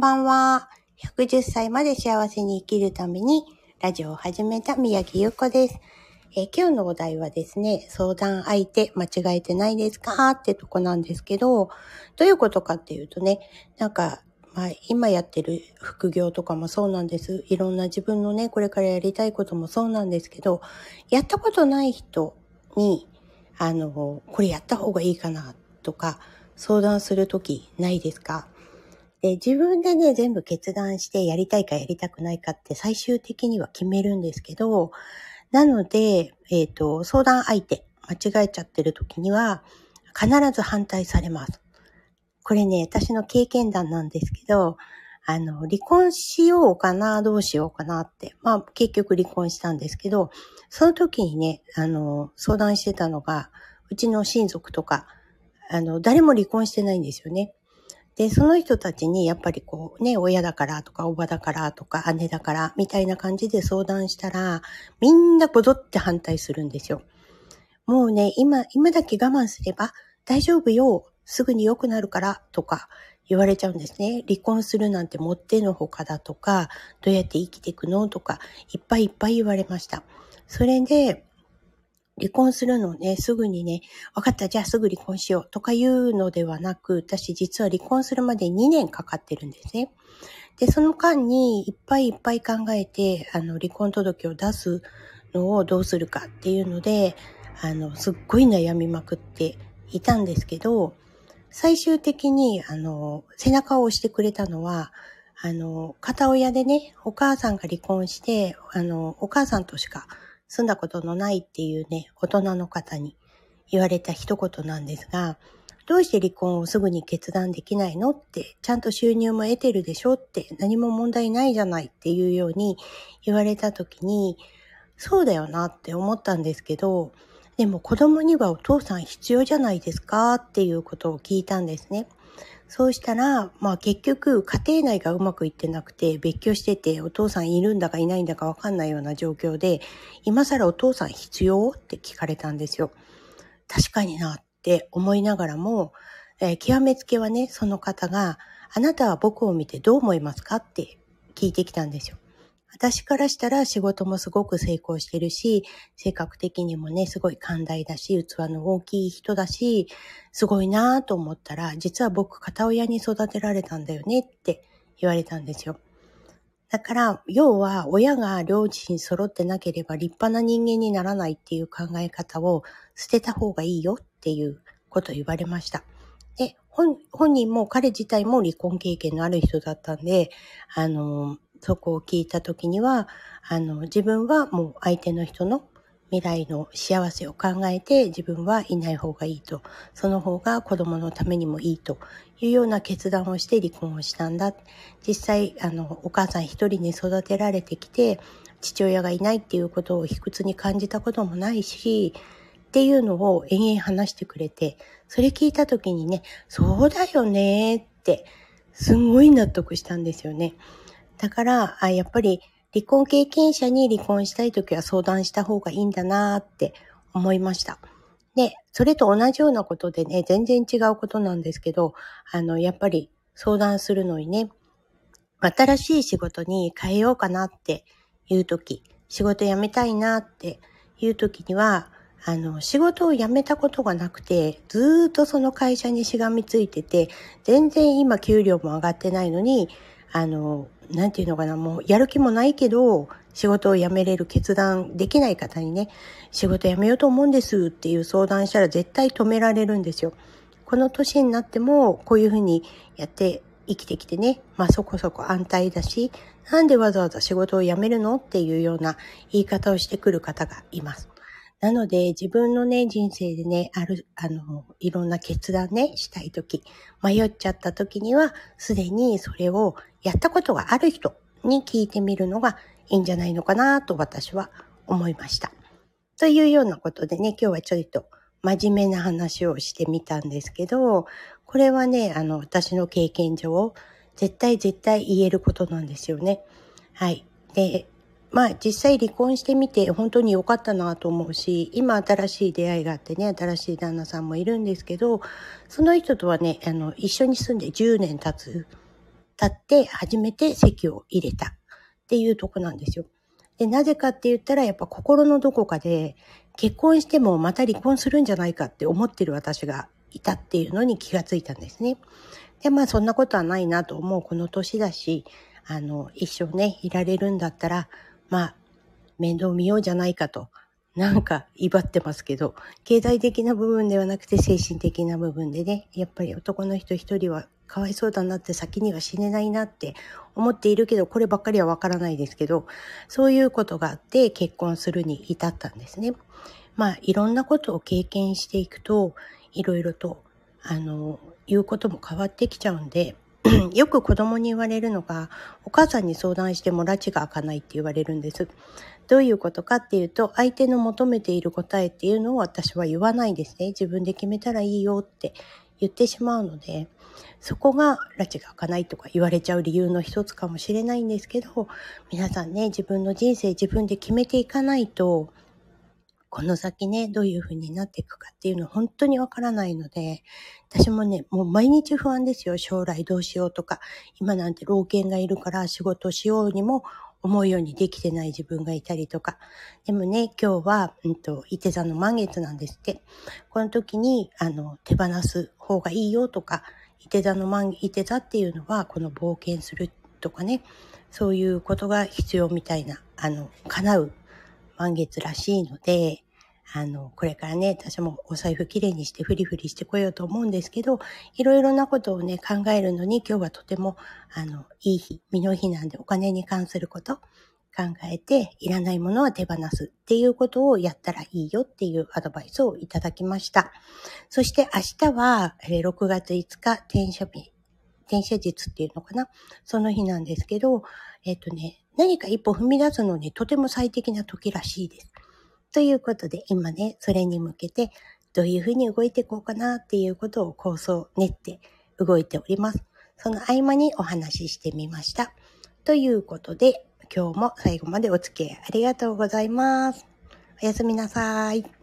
ばんは。110歳まで幸せに生きるためにラジオを始めた宮城優子です。今日のお題はですね、相談相手間違えてないですかってとこなんですけど、どういうことかっていうとね、今やってる副業とかもそうなんです。いろんな自分のね、これからやりたいこともそうなんですけど、やったことない人に、これやった方がいいかなとか、相談するときないですか？で、自分でね、全部決断してやりたいかやりたくないかって最終的には決めるんですけど、なので、相談相手、間違えちゃってる時には、必ず反対されます。これね、私の経験談なんですけど、離婚しようかな、どうしようかなって、結局離婚したんですけど、その時にね、相談してたのが、うちの親族とか、誰も離婚してないんですよね。で、その人たちにやっぱりこうね、親だからとか、おばだからとか、姉だからみたいな感じで相談したら、みんなこぞって反対するんですよ。もうね、今だけ我慢すれば大丈夫よ、すぐに良くなるからとか言われちゃうんですね。離婚するなんてもってのほかだとか、どうやって生きていくのとか、いっぱいいっぱい言われました。それで、離婚するのをね、すぐにね、分かった、じゃあすぐ離婚しようとかいうのではなく、私実は離婚するまで2年かかってるんですね。で、その間にいっぱいいっぱい考えて、離婚届を出すのをどうするかっていうので、すっごい悩みまくっていたんですけど、最終的に、背中を押してくれたのは、片親でね、お母さんが離婚して、お母さんとしか住んだことのないっていうね、大人の方に言われた一言なんですが、どうして離婚をすぐに決断できないのって、ちゃんと収入も得てるでしょって、何も問題ないじゃないっていうように言われたときに、そうだよなって思ったんですけど、でも子供にはお父さん必要じゃないですかっていうことを聞いたんですね。そうしたら、結局家庭内がうまくいってなくて別居しててお父さんいるんだかいないんだかわかんないような状況で、今更お父さん必要って聞かれたんですよ。確かになって思いながらも、極めつけはね、その方があなたは僕を見てどう思いますかって聞いてきたんですよ。私からしたら仕事もすごく成功してるし、性格的にもね、すごい寛大だし、器の大きい人だし、すごいなぁと思ったら、実は僕片親に育てられたんだよねって言われたんですよ。だから、要は親が両親揃ってなければ立派な人間にならないっていう考え方を捨てた方がいいよっていうことを言われました。で、本人も彼自体も離婚経験のある人だったんで、そこを聞いたときには、自分はもう相手の人の未来の幸せを考えて自分はいない方がいいと。その方が子供のためにもいいというような決断をして離婚をしたんだ。実際、お母さん一人に育てられてきて、父親がいないっていうことを卑屈に感じたこともないし、っていうのを延々話してくれて、それ聞いたときにね、そうだよねって、すんごい納得したんですよね。だから、やっぱり離婚経験者に離婚したいときは相談した方がいいんだなって思いました。で、それと同じようなことでね、全然違うことなんですけど、やっぱり相談するのにね、新しい仕事に変えようかなっていうとき、仕事辞めたいなっていうときには、仕事を辞めたことがなくて、ずーっとその会社にしがみついてて、全然今給料も上がってないのに、なんていうのかな、もうやる気もないけど、仕事を辞めれる決断できない方にね、仕事辞めようと思うんですっていう相談したら絶対止められるんですよ。この年になってもこういうふうにやって生きてきてね、そこそこ安泰だし、なんでわざわざ仕事を辞めるのっていうような言い方をしてくる方がいます。なので自分のね、人生でね、いろんな決断ね、したいとき、迷っちゃったときには、すでにそれをやったことがある人に聞いてみるのがいいんじゃないのかなと私は思いました。というようなことでね、今日はちょっと真面目な話をしてみたんですけど、これはね、私の経験上、絶対言えることなんですよね。はい。で、実際離婚してみて本当に良かったなと思うし、今新しい出会いがあってね、新しい旦那さんもいるんですけど、その人とはね、一緒に住んで10年経経って初めて籍を入れたっていうとこなんですよ。で、なぜかって言ったらやっぱ心のどこかで結婚してもまた離婚するんじゃないかって思ってる私がいたっていうのに気がついたんですね。で、そんなことはないなと思うこの年だし、一生ね、いられるんだったら、面倒見ようじゃないかと。なんか威張ってますけど、経済的な部分ではなくて精神的な部分でね、やっぱり男の人一人はかわいそうだなって先には死ねないなって思っているけど、こればっかりはわからないですけど、そういうことがあって結婚するに至ったんですね。いろんなことを経験していくと、いろいろと、言うことも変わってきちゃうんで、よく子供に言われるのが、お母さんに相談しても拉致が開かないって言われるんです。どういうことかっていうと、相手の求めている答えっていうのを私は言わないですね。自分で決めたらいいよって言ってしまうので、そこが拉致が開かないとか言われちゃう理由の一つかもしれないんですけど、皆さんね、自分の人生自分で決めていかないと、この先ね、どういう風になっていくかっていうのは本当にわからないので、私もね、もう毎日不安ですよ。将来どうしようとか、今なんて老犬がいるから仕事しようにも思うようにできてない自分がいたりとか。でもね、今日は、伊手座の満月なんですって。この時に、手放す方がいいよとか、伊手座っていうのは、この冒険するとかね、そういうことが必要みたいな、叶う満月らしいので、これからね、私もお財布きれいにしてフリフリしてこようと思うんですけど、いろいろなことをね、考えるのに今日はとても、いい日、身の日なんでお金に関すること考えて、いらないものは手放すっていうことをやったらいいよっていうアドバイスをいただきました。そして明日は、6月5日、転写術っていうのかな、その日なんですけど、何か一歩踏み出すのにとても最適な時らしいです。ということで、今ね、それに向けて、どういうふうに動いていこうかなっていうことを構想練って動いております。その合間にお話ししてみました。ということで、今日も最後までお付き合いありがとうございます。おやすみなさい。